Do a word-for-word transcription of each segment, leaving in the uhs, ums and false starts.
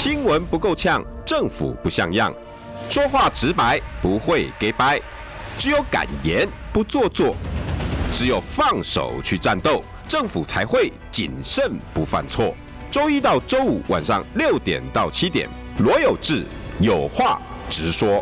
新闻不够呛，政府不像样，说话直白，不会给掰，只有敢言不做作，只有放手去战斗，政府才会谨慎不犯错。周一到周五晚上六点到七点，罗有志有话直说。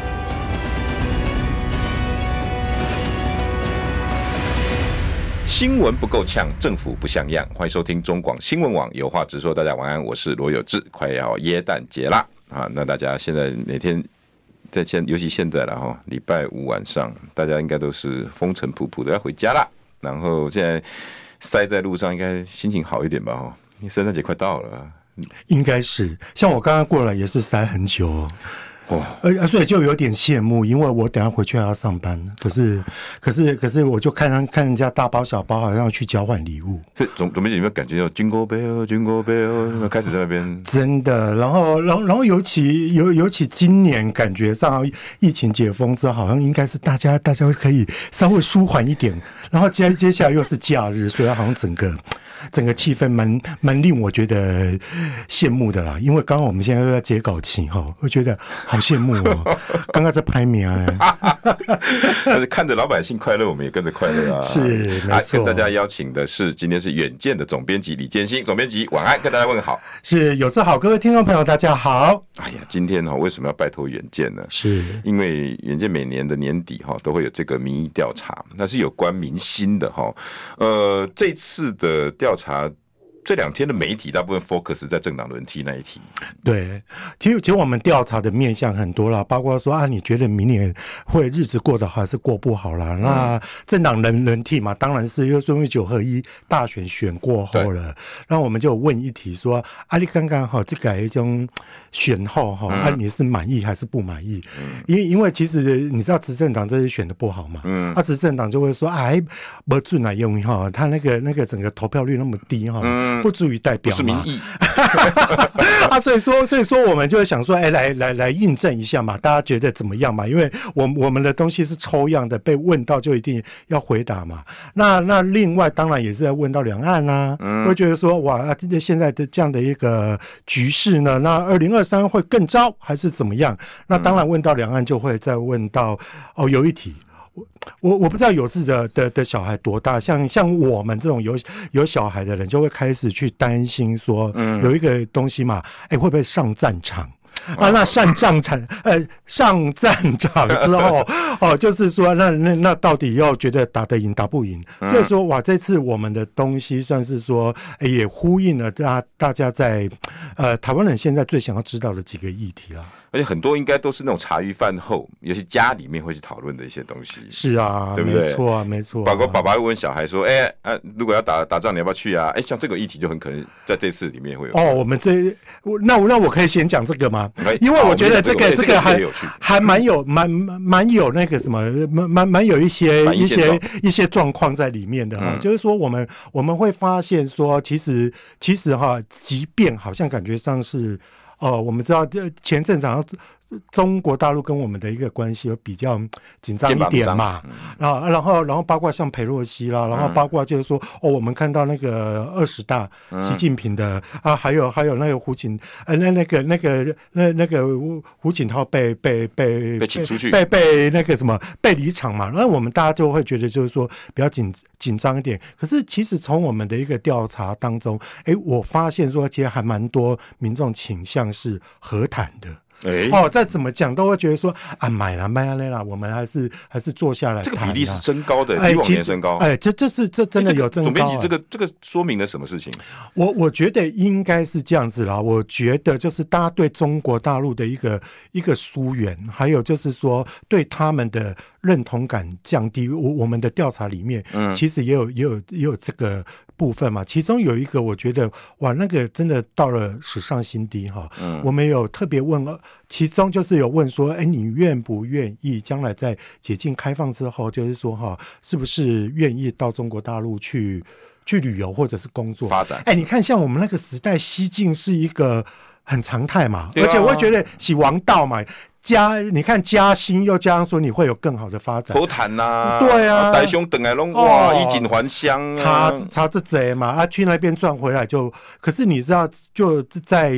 新闻不够呛，政府不像样。欢迎收听中广新闻网有话直说。大家晚安，我是罗有志。快要耶诞节啦啊！那大家现在每天在现，尤其现在了哈，礼拜五晚上，大家应该都是风尘仆仆的要回家啦。然后现在塞在路上，应该心情好一点吧？哈，因为圣诞节快到了、啊， 应该是。像我刚刚过来也是塞很久、哦。哦，呃，所以就有点羡慕，因为我等一下回去还要上班，可是，可是，可是，我就看看人家大包小包，好像要去交换礼物。 总总没有没有感觉到军歌杯哦，军歌杯哦，开始在那边真的，然后，然后，然后尤其尤尤其今年感觉上疫情解封之后，好像应该是大家大家可以稍微舒缓一点，然后接接下来又是假日，所以好像整个。整个气氛蛮蛮令我觉得羡慕的啦，因为刚刚我们现在都在截稿期哈，我觉得好羡慕哦。刚刚在拍名啊， 但是看着老百姓快乐，我们也跟着快乐啊。 是，没错。 跟大家邀请的是今天是远见的总编辑李建兴，总编辑晚安，跟大家问好。 是，有志好，各位听众朋友大家好。 哎呀，今天哈为什么要拜托远见呢？ 是因为远见每年的年底哈都会有这个民意调查，那是有关民心的哈。呃，这次的调查这两天的媒体大部分 focus 在政党轮替那一题。 对，其实其实我们调查的面向很多啦，包括说啊，你觉得明年会日子过得好还是过不好啦？嗯、那政党轮轮替嘛，当然是因为九合一大选选过后了，那我们就问一题说，啊，你刚刚哈这个一种选后哈，啊，你是满意还是不满意？嗯、因为因为其实你知道执政党这些选的不好嘛，嗯，啊，执政党就会说，哎，不准啊用哈，他那个那个整个投票率那么低哈。嗯不足以代表嘛， 不是民意啊，所以说，所以说我们就会想说，哎、欸，来来来印证一下嘛，大家觉得怎么样嘛？因为我我们的东西是抽样的，被问到就一定要回答嘛。那那另外当然也是在问到两岸啊，嗯、会觉得说，哇，现在的这样的一个局势呢，那二零二三会更糟还是怎么样？那当然问到两岸就会再问到哦，有一题。我我不知道有志的的的小孩多大，像像我们这种有有小孩的人，就会开始去担心说，有一个东西嘛，哎、欸，会不会上战场？啊，那上战场，呃，上战场之后，哦，就是说，那那那到底要觉得打得赢打不赢？所以说，哇，这次我们的东西算是说，欸、也呼应了大大家在呃台湾人现在最想要知道的几个议题啦。 而且很多应该都是那种茶余饭后，尤其家里面会去讨论的一些东西。 是啊，对不对？没错啊，没错、啊。 包括爸爸会问小孩说：“哎、欸啊，如果要打打仗，你要不要去啊？”哎、欸，像这个议题就很可能在这次里面会有。 哦，我们这那那我可以先讲这个吗？因为我觉得这个这个还还蛮有蛮蛮有那个什么蛮蛮蛮有一些一些一些状况在里面的哈、嗯，就是说我们我们会发现说，其实其实哈，即便好像感觉上是。哦，我们知道前阵子好像中国大陆跟我们的一个关系有比较紧张一点嘛，嗯、然后然后然后包括像裴洛西啦，然后包括就是说、嗯、哦，我们看到那个二十大、嗯、习近平的啊，还有还有那个胡锦呃那那个那个那那个胡锦涛被被被被请出去， 被被那个什么被离场嘛，那我们大家就会觉得就是说比较紧紧张一点。可是其实从我们的一个调查当中，哎，我发现说其实还蛮多民众倾向是和谈的。欸、哦，再怎么讲都会觉得说啊，买了买了啦，我们还是还是坐下来谈、啊。 这个比例是增高的，比往年增高。 哎，这这是这真的有增高、啊。 总编辑，这个这个说明了什么事情？ 我我觉得应该是这样子啦。我觉得就是大家对中国大陆的一个一个疏远，还有就是说对他们的认同感降低。我我们的调查里面，嗯，其实也有也有也有这个部分嘛。其中有一个，我觉得哇，那个真的到了史上新低哈。嗯，我们有特别问了。其中就是有问说，哎，你愿不愿意将来在解禁开放之后，就是说哈，是不是愿意到中国大陆去去旅游或者是工作发展？ 哎，你看像我们那个时代，西进是一个很常态嘛，啊、而且我会觉得是王道嘛。加你看加薪，又加上说你会有更好的发展， 好谈呐， 对啊， 大兄等来拢哇，衣锦还乡啊，差差这贼嘛，啊，去那边赚回来就，可是你知道就在。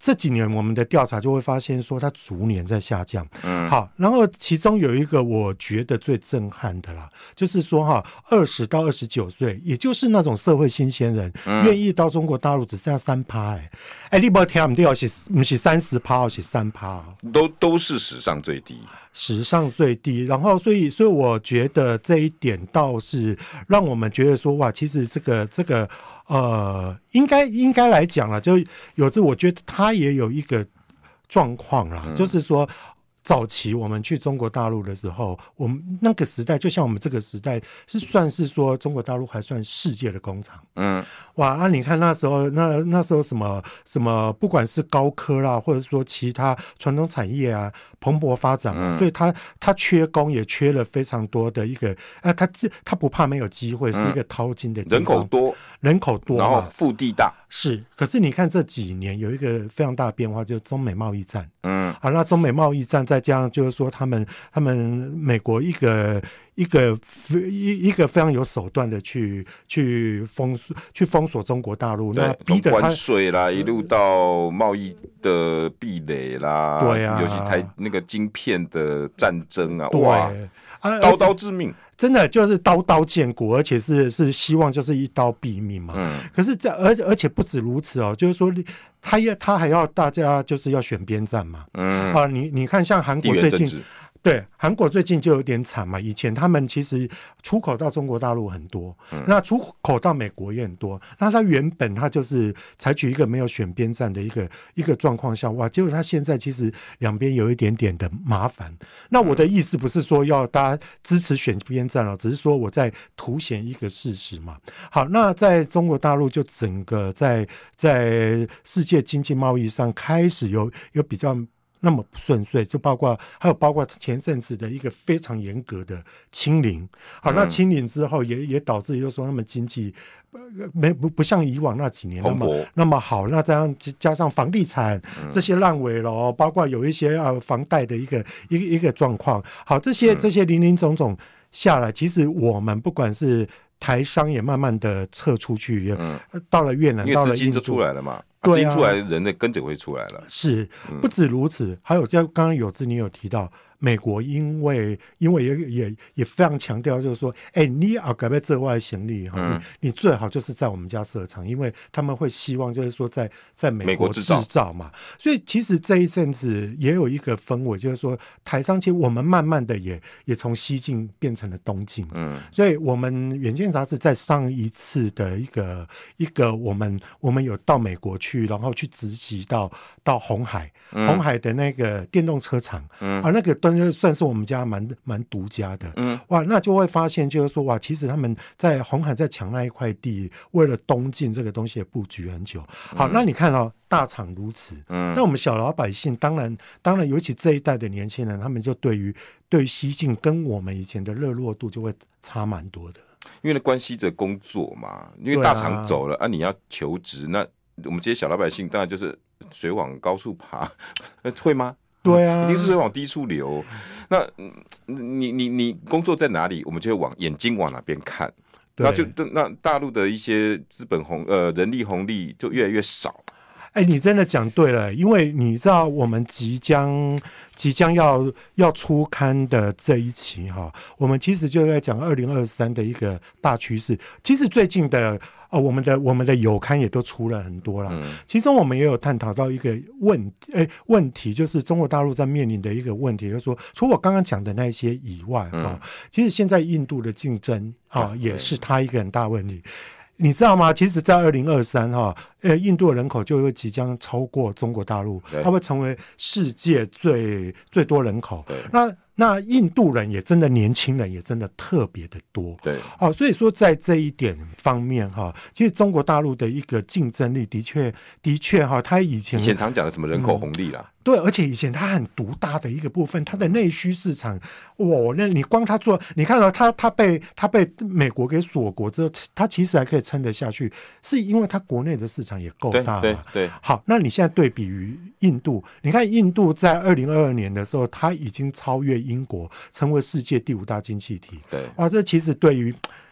这几年我们的调查就会发现说它逐年在下降。嗯，好，然后其中有一个我觉得最震撼的啦，就是说哈，二十到二十九岁，也就是那种社会新鲜人，愿、嗯、意到中国大陆只剩下三趴，哎，哎，你不听唔对，是不是三十趴，是三趴， 都都是史上最低。 史上最低，然后所以所以我觉得这一点倒是让我们觉得说哇，其实这个这个呃，应该应该来讲啦，就有这我觉得他也有一个状况啦、嗯，就是说。早期我们去中国大陆的时候，我们那个时代就像我们这个时代是算是说中国大陆还算世界的工厂。嗯，哇啊！你看那时候那那时候什么什么，不管是高科啦，或者说其他传统产业啊，蓬勃发展啊，嗯、所以他他缺工也缺了非常多的一个，啊，他他不怕没有机会，是一个淘金的地方、嗯、 人口多， 人口多， 然后腹地大。 是，可是你看这几年有一个非常大的变化，就是中美贸易战。嗯，好，那中美贸易战再加上就是说他们他们美国一个一个一一个非常有手段的去去封去封锁中国大陆，那逼得他关税啦，一路到贸易的壁垒啦， 对啊， 尤其台那个晶片的战争啊，哇，啊、刀刀致命。 真的就是刀刀见骨，而且是是希望就是一刀毙命嘛。嗯，可是这而而且不止如此哦，就是说他也他还要大家就是要选边站嘛。嗯啊，你你看像韩国最近。对，韩国最近就有点惨嘛。以前他们其实出口到中国大陆很多，嗯、那出口到美国也很多。那他原本他就是采取一个没有选边站的一个一个状况下，哇，结果他现在其实两边有一点点的麻烦。那我的意思不是说要大家支持选边站了，只是说我在凸显一个事实嘛。好，那在中国大陆就整个在在世界经济贸易上开始有有比较。那么不顺遂，就包括还有包括前阵子的一个非常严格的清零，好，那清零之后也也导致就是说他们经济没不不像以往那几年那么那么好，那这样加上房地产这些烂尾楼，包括有一些啊房贷的一个一个一个状况，好，这些这些林林总总下来，其实我们不管是台商也慢慢的撤出去，嗯、到了越南， 因为资金就出来了嘛。对啊，资金出来，人的跟着会出来了。 是，不止如此，还有像刚刚有志你有提到，美国因为因为也也也非常强调，就是说，哎、欸，你要改变这外行李哈、嗯，你你最好就是在我们家设厂，因为他们会希望就是说在在美国制造嘛。所以其实这一阵子也有一个氛围，就是说台商其实我们慢慢的也也从西进变成了东进。嗯，所以我们远见杂志在上一次的一个一个我们我们有到美国去。然后去直击到到鸿海、嗯，鸿海的那个电动车厂，嗯、啊，那个端算是我们家蛮蛮独家的，嗯，哇，那就会发现就是说，哇，其实他们在鸿海在抢那一块地，为了东进这个东西也布局很久。好，嗯、那你看到、哦、大厂如此，嗯，那我们小老百姓，当然当然，尤其这一代的年轻人，他们就对于对于西进跟我们以前的热络度就会差蛮多的， 因为关系着工作嘛，因为大厂走了 啊, 啊，你要求职那。我们这些小老百姓当然就是水往高处爬，会吗？ 对啊， 一定是水往低处流。那你你你工作在哪里，我们就会往眼睛往哪边看，那就那大陆的一些资本红呃人力红利就越来越少。 哎，你真的讲对了，因为你知道我们即将即将要要出刊的这一期哈，我们其实就在讲二零二三的一个大趋势。其实最近的。哦，我们的我们的有刊也都出了很多啦、嗯，其中我们也有探讨到一个问诶问题，就是中国大陆在面临的一个问题，就是说，除了我刚刚讲的那些以外，嗯哦、其实现在印度的竞争啊、哦，也是它一个很大问题。你知道吗？其实，在二零二三哈，呃，印度的人口就会即将超过中国大陆，它会成为世界最最多人口。那那印度人也真的年轻人也真的特别的多， 对， 哦，所以说在这一点方面哈，其实中国大陆的一个竞争力的确的确哈，他以前以前常讲的什么人口红利啦。 嗯对，而且以前它很独大的一个部分，它的内需市场，哇，那你光它做，你看到它它被它被美国给锁国之后，它其实还可以撑得下去，是因为它国内的市场也够大嘛。 对 对, 对。 好，那你现在对比于印度，你看印度在二零二二年的时候，它已经超越英国，成为世界第五大经济体。 对， 哇，这其实对于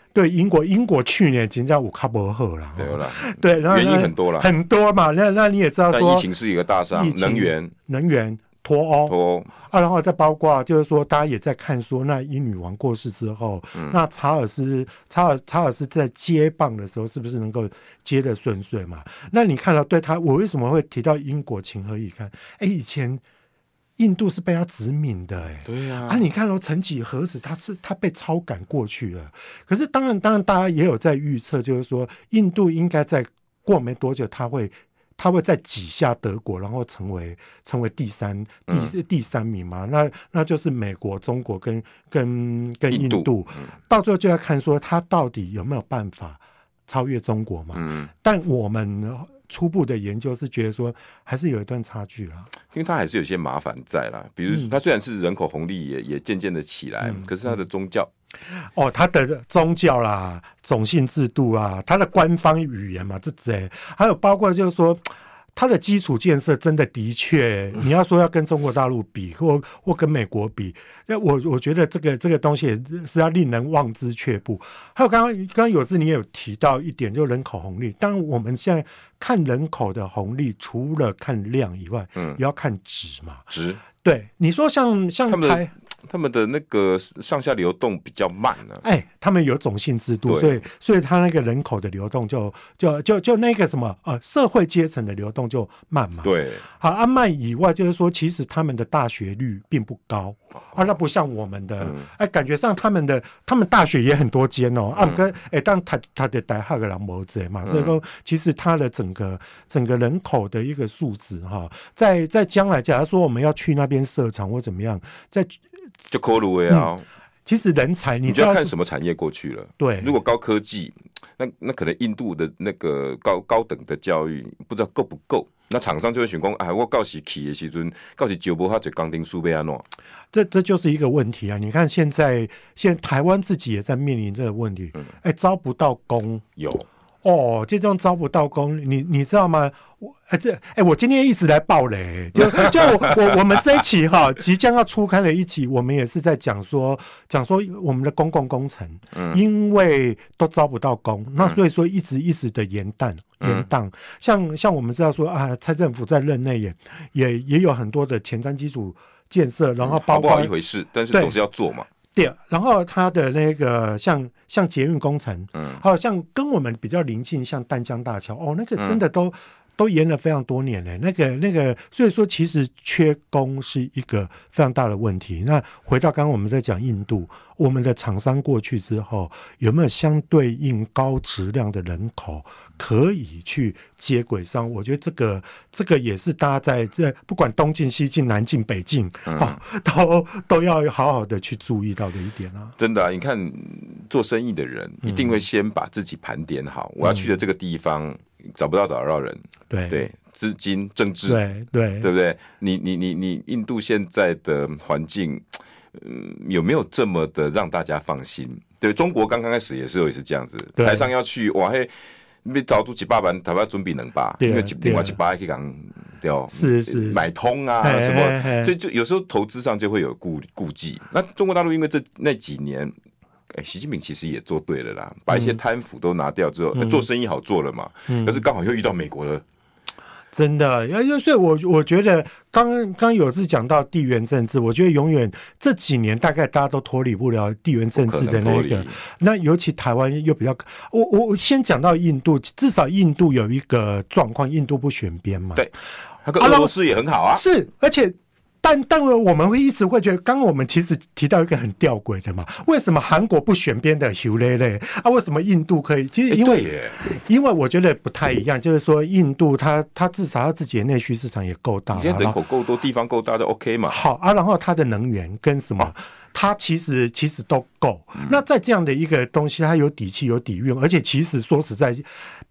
对英国，英国去年真正有较不好啦， 对啦， 对，然后原因很多啦， 很多嘛。那那你也知道说， 疫情是一个大伤，能源、 能源脱欧、 脱欧啊，然后再包括就是说，大家也在看说，那英女王过世之后，嗯、那查尔斯查尔查尔斯在接棒的时候，是不是能够接得顺遂嘛？那你看到对他，我为什么会提到英国情何以堪？哎，以前。印度是被他殖民的、欸，哎， 对呀、啊， 啊，你看到曾几何时，他是他被超赶过去了。可是当然，当然，大家也有在预测，就是说，印度应该在过没多久，他会他会再挤下德国，然后成为成为第三第、嗯、第三名嘛？那那就是美国、中国跟跟跟印度，印度嗯、到最后就要看说他到底有没有办法超越中国嘛？嗯，但我们。初步的研究是觉得说还是有一段差距啦， 因为它还是有些麻烦在啦，比如它虽然是人口红利也也渐渐的起来、嗯，可是它的宗教， 哦，它的宗教啦、种姓制度啊、它的官方语言嘛，这些还有包括就是说。它的基础建设真的的确，你要说要跟中国大陆比，或或跟美国比，我我觉得这个这个东西也是要令人望之却步。还有刚刚刚刚有志你也有提到一点，就人口红利。当然我们现在看人口的红利，除了看量以外，嗯，也要看值嘛。 值对你说像像台。 他们的那个上下流动比较慢呢、啊， 哎，他们有种姓制度，所以所以他那个人口的流动就就就就那个什么呃社会阶层的流动就慢嘛。 对， 好，啊慢以外，就是说其实他们的大学率并不高、哦、啊，那不像我们的，哎、嗯，感觉上他们的他们大学也很多间哦，啊，跟哎，但他他的大学的人没这嘛，所以说其实他的整个整个人口的一个数字哈，在在将来假如说我们要去那边设厂或怎么样，在就可鲁啊、嗯， 其实人才 你, 你就要看什么产业过去了。 对， 如果高科技，那那可能印度的那个高高等的教育不知道够不够，那厂商就会想说，哎，我到时去的时候，到时就没他这钢钉输被安怎？ 这这就是一个问题啊！你看现在现在台湾自己也在面临这个问题，哎、嗯欸，招不到工有。 哦，这种招不到工，你你知道吗？我哎这哎，我今天一直来爆雷，就就我我我们这一期哈，即将要出刊的一期，我们也是在讲说讲说我们的公共工程，嗯，因为都招不到工，嗯、那所以说一直一直的延宕延宕、嗯。像像我们知道说啊，蔡政府在任内也也也有很多的前瞻基础建设，然后包括、 嗯、好不好一回事，但是总是要做嘛。 对，然后它的那个像像捷运工程，嗯，还有像跟我们比较邻近，像淡江大桥，哦，那个真的都、嗯、都延了非常多年了。那个那个，所以说其实缺工是一个非常大的问题。那回到刚刚我们在讲印度，我们的厂商过去之后，有没有相对应高质量的人口可以去接轨上？我觉得这个这个也是大家在这不管东进西进南进北进、嗯哦、都都要好好的去注意到的一点啊。 真的啊，你看做生意的人一定会先把自己盘点好、嗯、我要去的这个地方找不到找得到人， 对对，资金政治， 对对对不对？你你你你印度现在的环境嗯，有没有这么的让大家放心？对，中国刚刚开始也是也是这样子，台上要去哇嘿，你投出几百万，台湾准备两百，因为另外几百可以讲对哦， 是是买通啊嘿嘿嘿什么，所以就有时候投资上就会有顾顾忌。那中国大陆因为这那几年。哎，习近平其实也做对了啦，把一些贪腐都拿掉之后，嗯、做生意好做了嘛。嗯、可是刚好又遇到美国了， 真的，所以我我觉得刚刚刚有次讲到地缘政治，我觉得永远这几年大概大家都脱离不了地缘政治的那个。那尤其台湾又比较，我我先讲到印度，至少印度有一个状况，印度不选边嘛。 对，他跟俄罗斯也很好啊。 是，而且。但但我们会一直会觉得，刚刚我们其实提到一个很吊诡的嘛，为什么韩国不选边的 Hulele 啊？为什么印度可以？其实因为、欸、因为我觉得不太一样，就是说印度它它至少它自己的内需市场也够大， 你现在人口够多，地方够大就 OK 嘛。 好啊，然后它的能源跟什么？它其实其实都够、嗯。那在这样的一个东西，它有底气、有底蕴，而且其实说实在，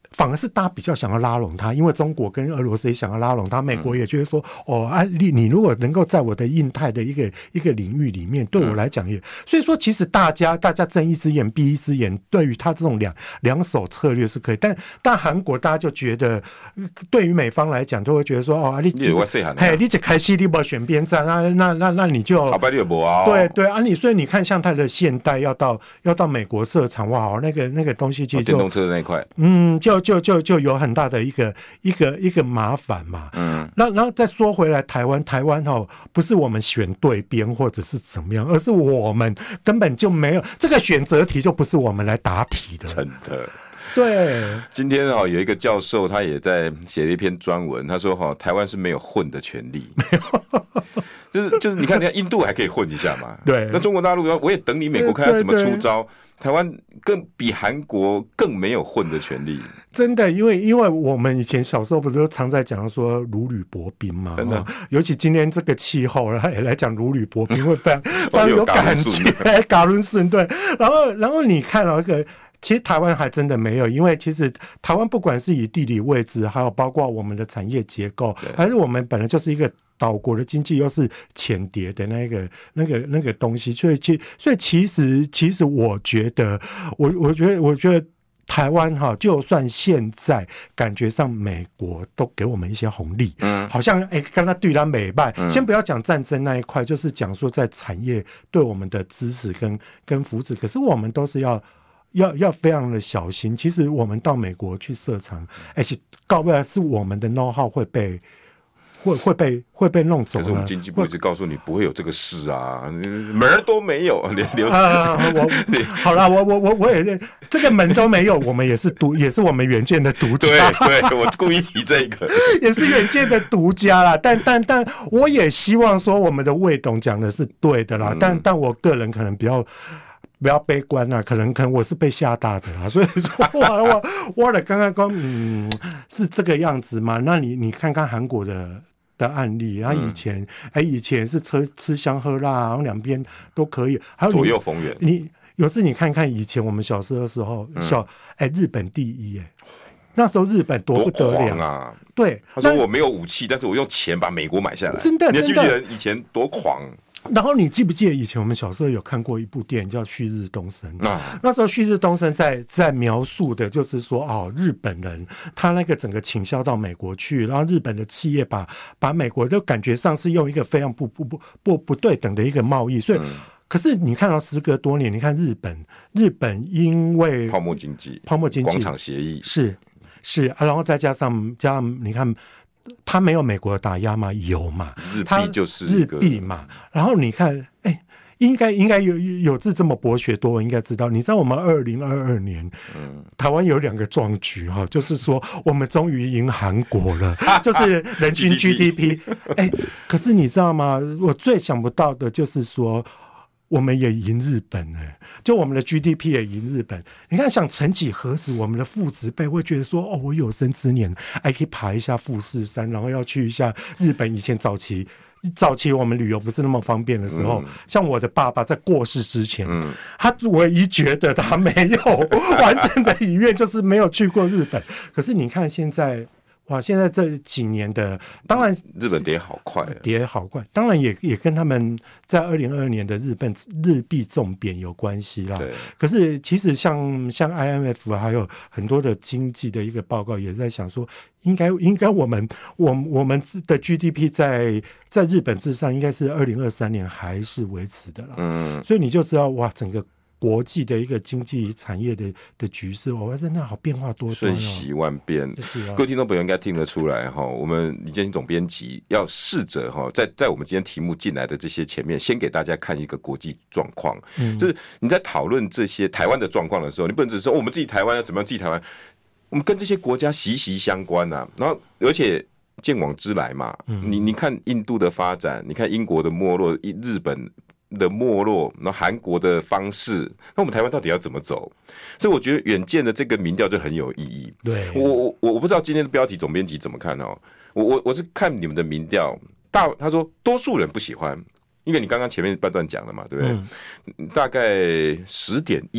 反而是大家比较想要拉拢他，因为中国跟俄罗斯也想要拉拢他，美国也觉得说，哦啊，你你如果能够在我的印太的一个一个领域里面，对我来讲也，所以说其实大家大家睁一只眼闭一只眼，对于他这种两两手策略是可以，但但韩国大家就觉得，对于美方来讲，就会觉得说，哦，啊、你你嘿，你一开始你不选边站，那那那那你就，对对啊，你所以你看，像他的现代要到要到美国设厂，哇，那个那个东西其实就、 哦、电动车的那一块， 嗯，就就就就有很大的一个一个一个麻烦嘛。嗯，那然后再说回来，台湾台湾哈，不是我们选对边或者是怎么样，而是我们根本就没有这个选择题，就不是我们来答题的， 真的。 对， 今天哦，有一个教授他也在写了一篇专文，他说哈，台湾是没有混的权利，就是就是你看，你看印度还可以混一下嘛， 对， 那中国大陆我也等你美国看他怎么出招，台湾更比韩国更没有混的权利， 真的，因为因为我们以前小时候不是常在讲说如履薄冰嘛，真的、哦，尤其今天这个气候来来讲如履薄冰会非常非常有感觉，嘎伦顺对，然后然后你看到一个。其实台湾还真的没有，因为其实台湾不管是以地理位置，还有包括我们的产业结构，还是我们本来就是一个岛国的经济，又是浅碟的那个、那个、那个东西，所以其所以其实其实我觉得，我我觉得我觉得台湾哈，就算现在感觉上美国都给我们一些红利，嗯，好像哎，跟他对他美败，嗯，先不要讲战争那一块，就是讲说在产业对我们的支持跟跟扶持，可是我们都是要。要要非常的小心。其实我们到美国去设厂，而且搞不好是我们的 know how 会被会会被会被弄走了。 可是我们经济部一直告诉你不会有这个事啊，门儿都没有。 啊，我好啦，我我我我也这个门都没有，我们也是独，也是我们远见的独家。 对对，我故意提这个， 也是远见的独家啦。但但但我也希望说我们的魏董讲的是对的啦。嗯、但但我个人可能比较。不要悲观啊，可能可能我是被吓大的啦，所以说我我我的刚刚说，嗯，是这个样子吗？那你你看看韩国的的案例，然后以前哎、嗯，以前是吃吃香喝辣，然后两边都可以，还有左右逢源。 你有次你看看以前我们小时候的时候，嗯、小哎日本第一哎。那时候日本多不得了啊！ 对， 他说我没有武器，但是我用钱把美国买下来。 真的， 你还记不记得以前多狂？ 然后你记不记得以前我们小时候有看过一部电影叫《旭日东升》啊？那时候旭日东升在在描述的就是说，哦，日本人他那个整个倾销到美国去，然后日本的企业把把美国都感觉上是用一个非常不不不不不对等的一个贸易，所以。嗯可是你看到时隔多年，你看日本，日本因为泡沫经济、 泡沫经济、 广场协议是是啊，然后再加上加上你看，他没有美国的打压嘛，有嘛， 日币就是日币嘛，然后你看，哎、欸，应该应该有有志这么博学多闻，应该知道，你知道我们二零二二年，嗯，台湾有两个壮举哈，就是说我们终于赢韩国了，就是人均 G D P， 哎、欸，可是你知道吗？我最想不到的就是说。我们也赢日本哎、欸，就我们的 G D P 也赢日本。你看，想曾几何时，我们的父执辈会觉得说，哦，我有生之年还可以爬一下富士山，然后要去一下日本。以前早期，早期我们旅游不是那么方便的时候，嗯、像我的爸爸在过世之前，嗯、他唯一觉得他没有完整的遗愿，就是没有去过日本。可是你看现在。哇！现在这几年的，当然日本跌好快、啊， 跌好快，当然也也跟他们在二零二二年的日本日币重贬有关系啦。对。可是其实像像 I M F 还有很多的经济的一个报告也在想说，应该应该我们我我们的 G D P 在在日本之上，应该是二零二三年还是维持的啦。嗯。所以你就知道哇，整个。国际的一个经济产业的的局势，我真的好变化多端、哦， 瞬息万变。 就是啊、 各位听众朋友应该听得出来哈，我们李建新总编辑要试着哈，在在我们今天题目进来的这些前面，先给大家看一个国际状况。嗯，就是你在讨论这些台湾的状况的时候，你不能只是说、哦、我们自己台湾要怎么样，自己台湾，我们跟这些国家息息相关啊。然后而且见往知来嘛，嗯、你你看印度的发展，你看英国的没落，日本。的没落，然后韩国的方式，那我们台湾到底要怎么走？所以我觉得远见的这个民调就很有意义。 对， 我我我不知道今天的标题总编辑怎么看哦。我我我是看你们的民调，大他说多数人不喜欢，因为你刚刚前面半段讲了嘛，对不对？嗯、大概十点一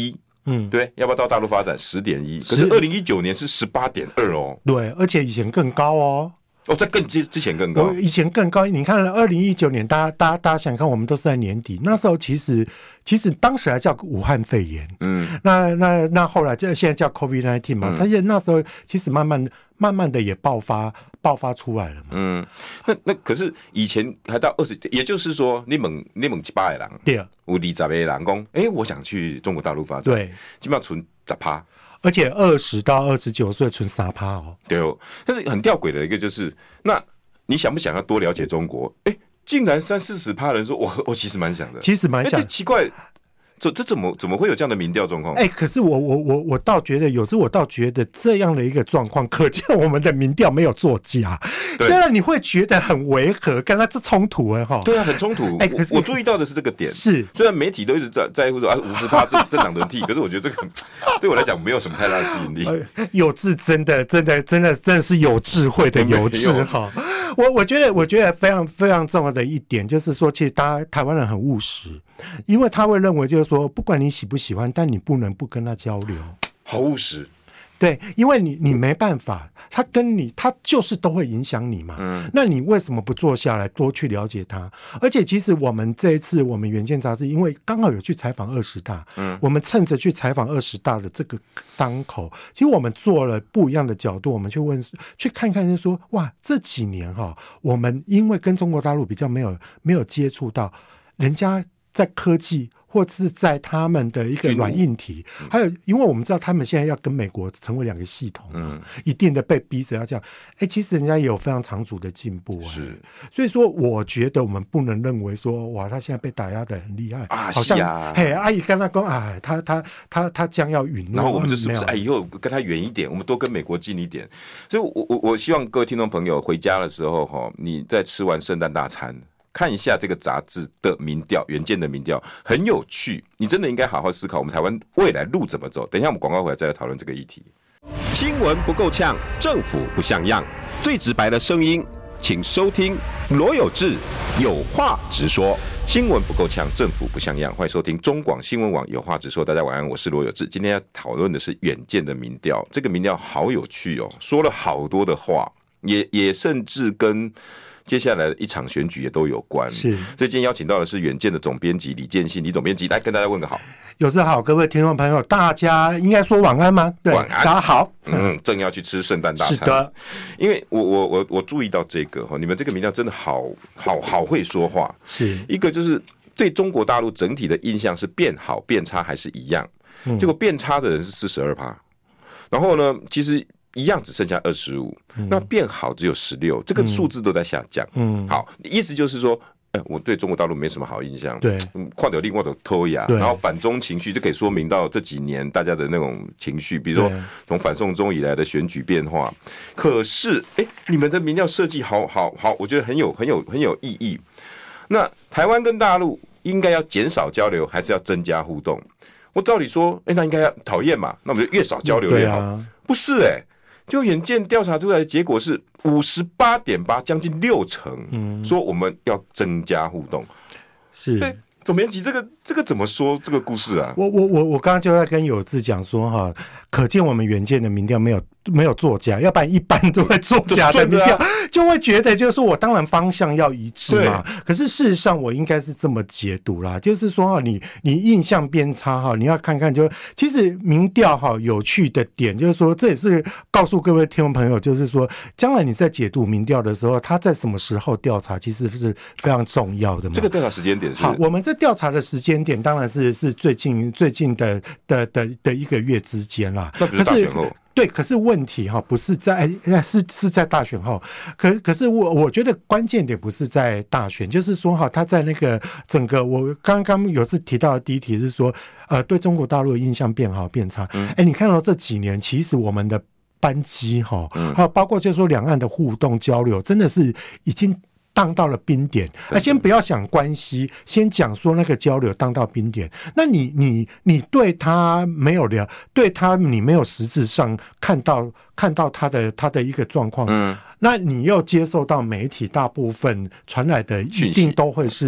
嗯，对，要不要到大陆发展十点一？可是二零一九年是十八点二哦， 对，而且以前更高哦。 哦，在更之之前更高， 以前更高。你看，二零一九年，大家大家大家想看，我们都是在年底，那时候其实其实当时还叫武汉肺炎，嗯，那那那后来这现在叫 COVID 十九 嘛，而且、嗯、那时候其实慢慢慢慢的也爆发爆发出来了嘛，嗯， 那那可是以前还到二十，也就是说，你问你问一百个人， 对， 有二十个人讲，哎、欸，我想去中国大陆发展， 对， 基本上存十趴。 而且二十到二十九岁存三趴哦， 对哦，但是很吊诡的一个就是，那你想不想要多了解中国？哎、欸，竟然三四十趴人说我我其实蛮想的， 其实蛮想， 欸、这奇怪。这这怎么怎么会有这样的民调状况？ 哎、欸，可是我我我我倒觉得，有时我倒觉得这样的一个状况，可见我们的民调没有作假。虽然你会觉得很违和，跟他这冲突哎哈。 对啊，很冲突。哎、欸，可是我注意到的是这个点。 是， 虽然媒体都一直在在乎说啊五十趴政政党轮替，可是我觉得这个对我来讲没有什么太大的吸引力。 呃、有志真的真的真的真的是有智慧的有志哈。我我觉得我觉得非常非常重要的一点就是说，其实大家台湾人很务实，因为他会认为就是说，不管你喜不喜欢，但你不能不跟他交流。 好务实。 对，因为你你没办法，他跟你他就是都会影响你嘛。嗯，那你为什么不坐下来多去了解他？而且其实我们这一次我们远见杂志，因为刚好有去采访二十大，嗯，我们趁着去采访二十大的这个当口，其实我们做了不一样的角度，我们去问去看看，就说哇，这几年哈，我们因为跟中国大陆比较没有没有接触到，人家在科技。或是在他们的一个软硬体，还有，因为我们知道他们现在要跟美国成为两个系统，嗯，一定的被逼着要这样，哎、欸，其实人家也有非常长足的进步啊。是，所以说，我觉得我们不能认为说，哇，他现在被打压的很厉害啊，好像，啊、嘿，阿姨跟他讲，哎，他他他他将要陨落， 然后我们就是不是，哎，以后跟他远一点，我们多跟美国近一点。所以我，我我我希望各位听众朋友回家的时候，哈，你在吃完圣诞大餐。看一下这个杂志的民调，远见的民调很有趣，你真的应该好好思考我们台湾未来路怎么走。等一下我们广告回来再来讨论这个议题。新闻不够呛，政府不像样，最直白的声音，请收听罗有志有话直说。新闻不够呛，政府不像样，欢迎收听中广新闻网有话直说。大家晚安，我是罗有志。今天要讨论的是远见的民调，这个民调好有趣哦，说了好多的话，也也甚至跟接下来一场选举也都有关，是。所以今天邀请到的是远见的总编辑李建信，李总编辑来跟大家问个好。 有志好，各位听众朋友，大家应该说晚安吗？对， 晚安， 大家好。 嗯，正要去吃圣诞大餐。是的，因为我我我我注意到这个哈，你们这个民调真的好好好会说话。是一个就是对中国大陆整体的印象是变好变差还是一样？嗯、结果变差的人是四十二趴，然后呢，其实。一样只剩下二十五，那变好只有十六，这个数字都在下降。嗯，好，意思就是说，欸、我对中国大陆没什么好印象。对，看到另外的偷牙，然后反中情绪就可以说明到这几年大家的那种情绪，比如说从反送中以来的选举变化。可是，哎、欸，你们的民调设计好好好，我觉得很有很有很有意义。那台湾跟大陆应该要减少交流，还是要增加互动？我照理说，哎、欸，那应该要讨厌嘛，那我们就越少交流越好。啊、不是哎、欸。就远见调查出来的结果是五十八点八，将近六成，嗯，说我们要增加互动。是，欸、总编辑，这个这个怎么说这个故事啊？ 我我我我刚刚就在跟有志讲说哈，可见我们远见的民调没有没有作假，要不然一般都会作假的民调，就会觉得就是说我当然方向要一致嘛。可是事实上我应该是这么解读啦，就是说哈，你你印象偏差哈，你要看看就其实民调哈有趣的点就是说，这也是告诉各位听众朋友，就是说将来你在解读民调的时候，他在什么时候调查，其实是非常重要的嘛。 这个调查时间点是好，我们这调查的时间点当然是是最近最近的的的的一个月之间啦。 那不是大选后。 对，可是问题哈不是在是是在大选后，可可是我我觉得关键点不是在大选，就是说哈，他在那个整个我刚刚有次提到的第一题是说，呃，对中国大陆的印象变好变差。哎、嗯欸，你看到这几年，其实我们的班机哈，还有包括就是说两岸的互动交流，真的是已经。荡到了冰点，那先不要想关系，先讲说那个交流荡到冰点。那你你你对他没有了，对他你没有实质上看到看到他的他的一个状况，嗯，那你又接受到媒体大部分传来的一定都会是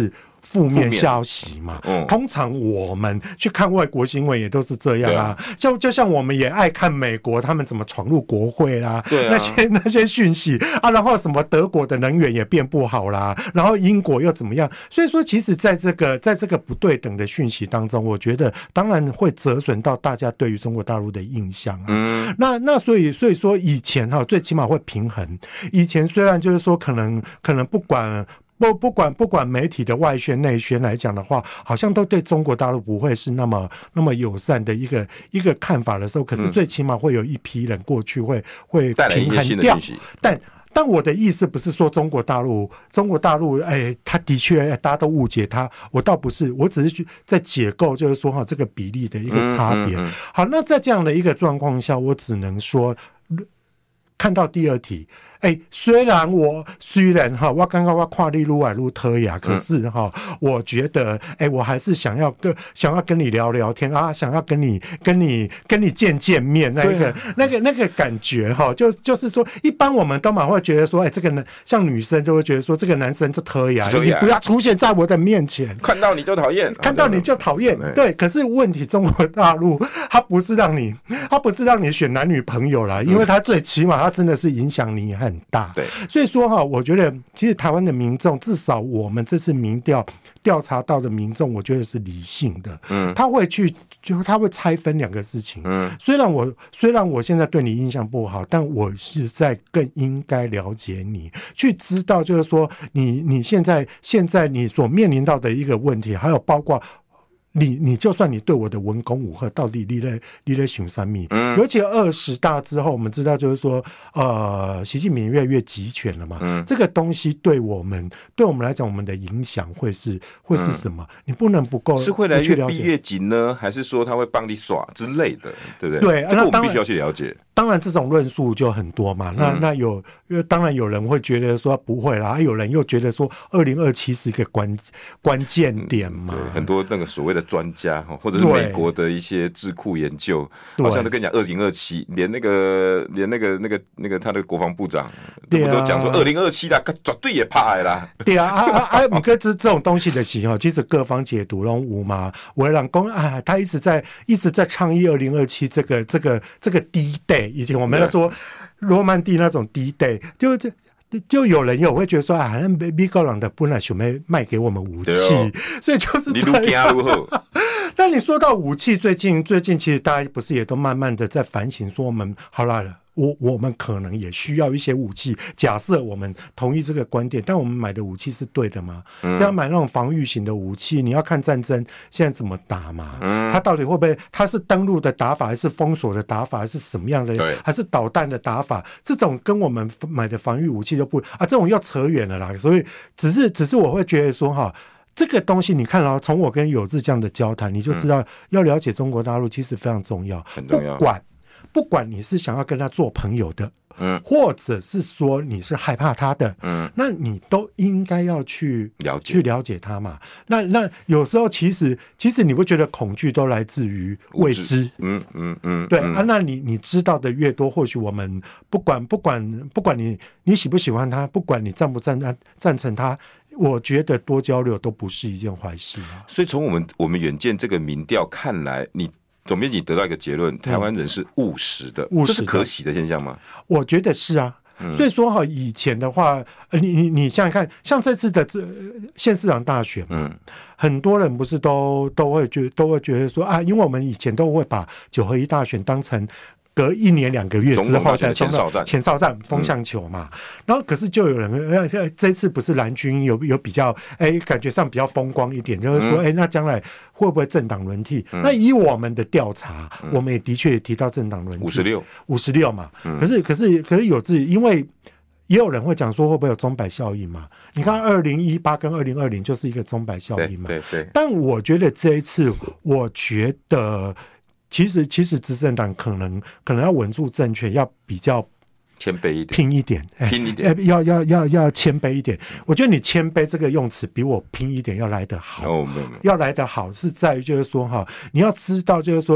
负面消息嘛。嗯、通常我们去看外国新闻也都是这样啊，啊就就像我们也爱看美国他们怎么闯入国会啦，啊、那些那些讯息啊，然后什么德国的能源也变不好啦，然后英国又怎么样？所以说，其实在这个在这个不对等的讯息当中，我觉得当然会折损到大家对于中国大陆的印象啊。嗯、那那所以所以说以前哈，最起码会平衡。以前虽然就是说可能可能不管。不不管不管媒体的外宣内宣来讲的话，好像都对中国大陆不会是那么那么友善的一个一个看法的时候，可是最起码会有一批人过去会会平衡掉。但但我的意思不是说中国大陆中国大陆哎，他的确、哎、大家都误解他，我倒不是，我只是在解构，就是说哈这个比例的一个差别。嗯嗯嗯好，那在这样的一个状况下，我只能说看到第二题。哎，虽然我虽然哈，我刚刚我跨立路来路特呀，可是哈，我觉得哎，我还是想要跟想要跟你聊聊天啊，想要跟你跟你跟你见见面，那个、啊、那个那个感觉哈，就就是说，一般我们都蛮会觉得说，哎，这个男像女生就会觉得说，这个男生这特呀，你不要出现在我的面前， 看到你就讨厌， 看到你就讨厌，对。可是问题，中国大陆他不是让你，他不是让你选男女朋友啦，因为他最起码他真的是影响你很大， 对， 所以说哈，我觉得其实台湾的民众，至少我们这次民调调查到的民众，我觉得是理性的，嗯，他会去，就他会拆分两个事情，嗯，虽然我虽然我现在对你印象不好，但我是在更应该了解你，去知道就是说你你现在现在你所面临到的一个问题，还有包括。你你就算你对我的文攻武吓，到底你在你在想什么？嗯，尤其二十大之后，我们知道就是说，呃，习近平越来越集权了嘛。嗯，这个东西对我们对我们来讲，我们的影响会是会是什么？嗯、你不能不够是会来越逼越紧呢，还是说他会帮你耍之类的，对不对？对，这个我们必须要去了解。 当然，这种论述就很多嘛。那那有，当然有人会觉得说不会啦，有人又觉得说二零二七是一个关关键点嘛、 嗯。对，很多那个所谓的专家或者是美国的一些智库研究，好像都跟你讲二零二七，连那个连那个那个那个他的国防部长都都讲说二零二七啦，绝对也怕的啦。 对啊，啊啊啊！不过这这种东西的时候，其实各方解读拢有嘛。我让公啊，他一直在一直在倡议二零二七这个这个这个低 day。以前我们要说罗曼蒂那种低 day， 就就就有人有会觉得说啊，那美国人的本来想要卖给我们武器，哦、所以就是这样。那你说到武器，最近最近其实大家不是也都慢慢的在反省，说我们好啦了。我我们可能也需要一些武器。假设我们同意这个观点，但我们买的武器是对的吗？嗯、是要买那种防御型的武器？你要看战争现在怎么打嘛？嗯、它到底会不会？它是登陆的打法，还是封锁的打法，还是什么样的？还是导弹的打法？这种跟我们买的防御武器就不啊，这种要扯远了啦。所以只是只是我会觉得说哈。这个东西你看到，从我跟有志这样的交谈，你就知道、嗯、要了解中国大陆其实非常重要， 很重要。 不管不管你是想要跟他做朋友的，嗯，或者是说你是害怕他的，嗯，那你都应该要去了解去了解他嘛。那那有时候其实其实你不觉得恐惧都来自于未知？嗯嗯嗯，对啊。那你你知道的越多，或许我们不管不管不管你你喜不喜欢他，不管你赞不赞赞成他。我觉得多交流都不是一件坏事啊。 所以从我们我们远见这个民调看来，你总编辑得到一个结论：台湾人是务实的，嗯、这是可喜的现象吗？ 我觉得是啊。嗯、所以说哈，以前的话，呃、你你你想想看，像这次的这县市长大选，嗯，很多人不是都都会觉都会觉得说啊，因为我们以前都会把九合一大选当成。隔一年两个月之后再前哨战， 前哨战风向球嘛。嗯、然后可是就有人，这次不是蓝军有有比较，哎，感觉上比较风光一点，就是说，哎、嗯，那将来会不会政党轮替？嗯、那以我们的调查，嗯、我们也的确也提到政党轮替， 五十六， 五十六嘛。嗯、可是可是可是有自因为。也有人会讲说会不会有钟摆效应嘛？你看二零一八跟二零二零就是一个钟摆效应嘛。 对 对, 对。 但我觉得这一次，我觉得。其实，其实执政党可能可能要稳住政权，要比较谦卑一点， 拼一点， 拼一点， 要要要要谦卑一点。我觉得你谦卑这个用词比我拼一点要来得好。 哦，没有没有， 要来得好是在于就是说哈，你要知道就是说，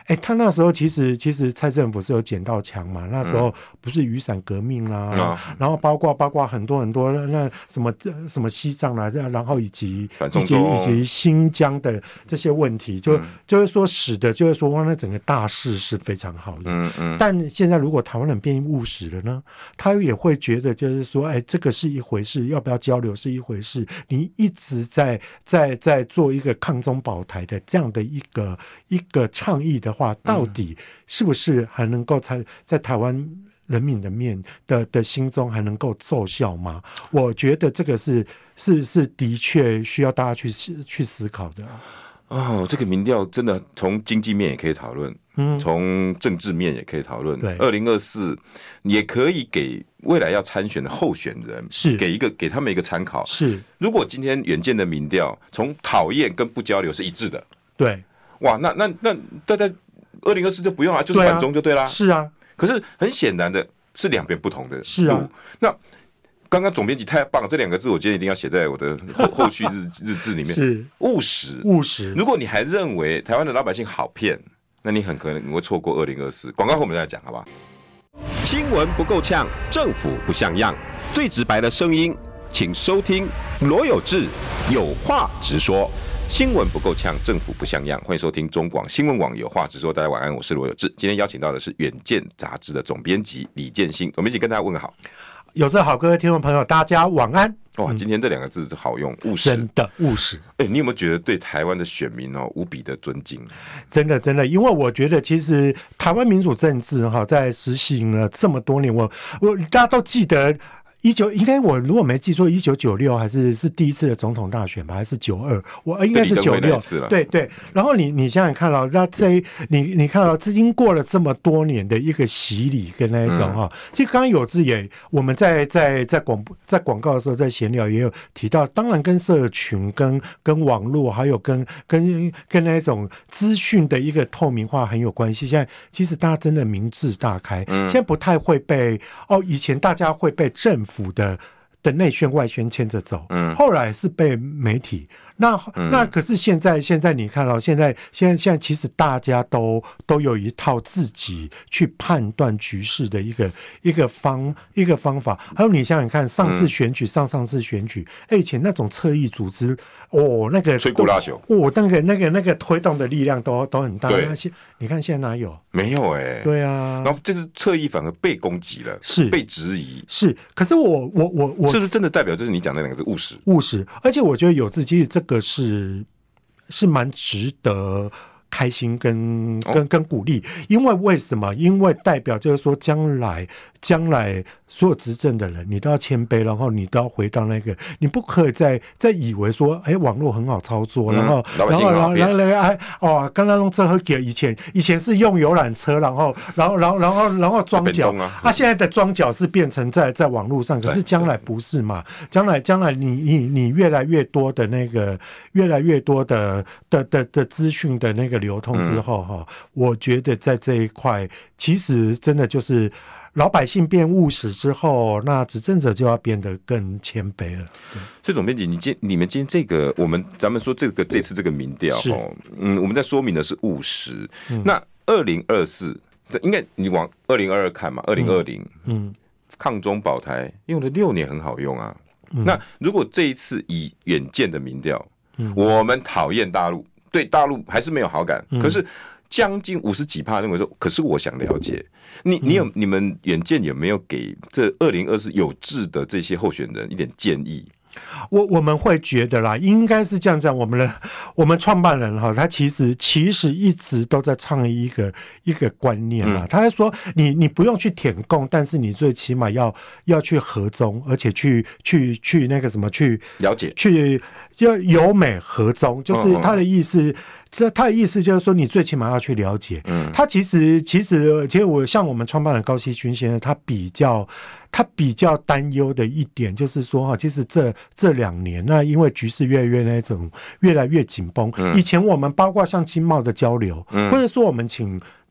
哎、欸，他那时候其实其实蔡政府是有捡到枪嘛，那时候不是雨伞革命啦、啊嗯，然后包括包括很多很多那什么什么西藏啦，然后以及以及以及新疆的这些问题，就、嗯、就是说使得就是说那整个大势是非常好的。嗯嗯。但现在如果台湾人变务实了呢，他也会觉得就是说，哎、欸，这个是一回事，要不要交流是一回事，你一直在在在做一个抗中保台的这样的一个一个倡议的话，到底是不是还能够在在台湾人民的面的的心中还能够奏效吗？我觉得这个是是是的确需要大家去去思考的。 哦，这个民调真的从经济面也可以讨论，嗯，从政治面也可以讨论。对，二零二四也可以给未来要参选的候选人是给一个给他们一个参考。是，如果今天远见的民调从讨厌跟不交流是一致的， 对， 哇，那那那大家二零二四就不用了，就是反中就对啦。 是啊， 可是很显然的是两边不同的路。 是啊， 那。刚刚总编辑太棒了，这两个字我今天一定要写在我的 后, 后续日日志里面。是务实， 务实。 如果你还认为台湾的老百姓好骗，那你很可能你会错过二零二四。广告后我们再讲，好不好？ 新闻不够呛，政府不像样，最直白的声音，请收听罗有志有话直说。 新闻不够呛，政府不像样，欢迎收听中广新闻网有话直说。大家晚安，我是罗有志。今天邀请到的是远见杂志的总编辑李建兴，总编辑跟大家问个好。 有志好，各位听众朋友，大家晚安。 哇，今天这两个字好用，务实， 真的务实。 哎、欸，你有没有觉得对台湾的选民哦无比的尊敬？ 真的，真的，因为我觉得其实台湾民主政治哈，在实行了这么多年，我我大家都记得。一九应该我如果没记错，一九九六还是是第一次的总统大选吧，还是九二？我应该是九六，对对。然后你你想想看哦，那这你你看哦，经过了这么多年的一个洗礼跟那一种哈、嗯，其实刚刚有志也我们在在在广在广告的时候在闲聊也有提到，当然跟社群、跟跟网络还有跟跟跟那种资讯的一个透明化很有关系。现在其实大家真的明智大开，嗯、现在不太会被哦，以前大家会被政府府的的内宣外宣牵着走，嗯，后来是被媒体，那、嗯、那可是现在现在你看到、哦、现在现在现在其实大家都都有一套自己去判断局势的一个一个方一个方法。还有你想想看，上次选举、嗯、上上次选举，哎，以前那种侧翼组织，哦，那个摧枯拉朽， 哦，那个那个那个推动的力量都都很大。那些你看现在哪有？ 没有哎、欸。 对啊， 然后这次侧翼反而被攻击了， 是被质疑， 是。可是我我我我是不是真的代表就是你讲的两个字务实？ 务实，而且我觉得有志其实这个是是蛮值得开心跟跟跟鼓励，因为为什么？因为代表就是说将来将来所有执政的人，你都要谦卑，然后你都要回到那个，你不可以再再以为说，哎、欸，网络很好操作，然后、 嗯、然后然后然后哎哦，刚刚弄这和给以前以前是用游览车，然后然后然后然后然后装脚啊，啊，现在的装脚是变成在在网络上，可是将来不是嘛？将来将来你你你越来越多的那个越来越多的的的的资讯的那个流通之后哈、嗯，我觉得在这一块其实真的就是老百姓变务实之后，那执政者就要变得更谦卑了。 所以总编辑，你今你们今天这个我们咱们说这个这次这个民调哦，嗯，我们在说明的是务实。嗯、那二零二四应该你往二零二二看嘛，二零二零嗯，抗中保台用了六年很好用啊。嗯、那如果这一次以远见的民调，嗯、我们讨厌大陆，对大陆还是没有好感，嗯、可是。将近五十几趴认为说，可是我想了解你，你有、嗯、你们远见有没有给这二零二四有志的这些候选人一点建议？ 我我们会觉得啦，应该是这样讲。我们的我们创办人哈，他其实其实一直都在倡议一个一个观念啦。嗯、他说你你不用去舔共，但是你最起码要要去和中，而且去去去那个什么去了解， 去要由美和中，就是他的意思。这他的意思就是说，你最起码要去了解。嗯，他其实其实其实我像我们创办人高希均先生，他比较他比较担忧的一点就是说哈，其实这这两年那因为局势越来越那种越来越紧绷，嗯、以前我们包括像经贸的交流，嗯、或者说我们请。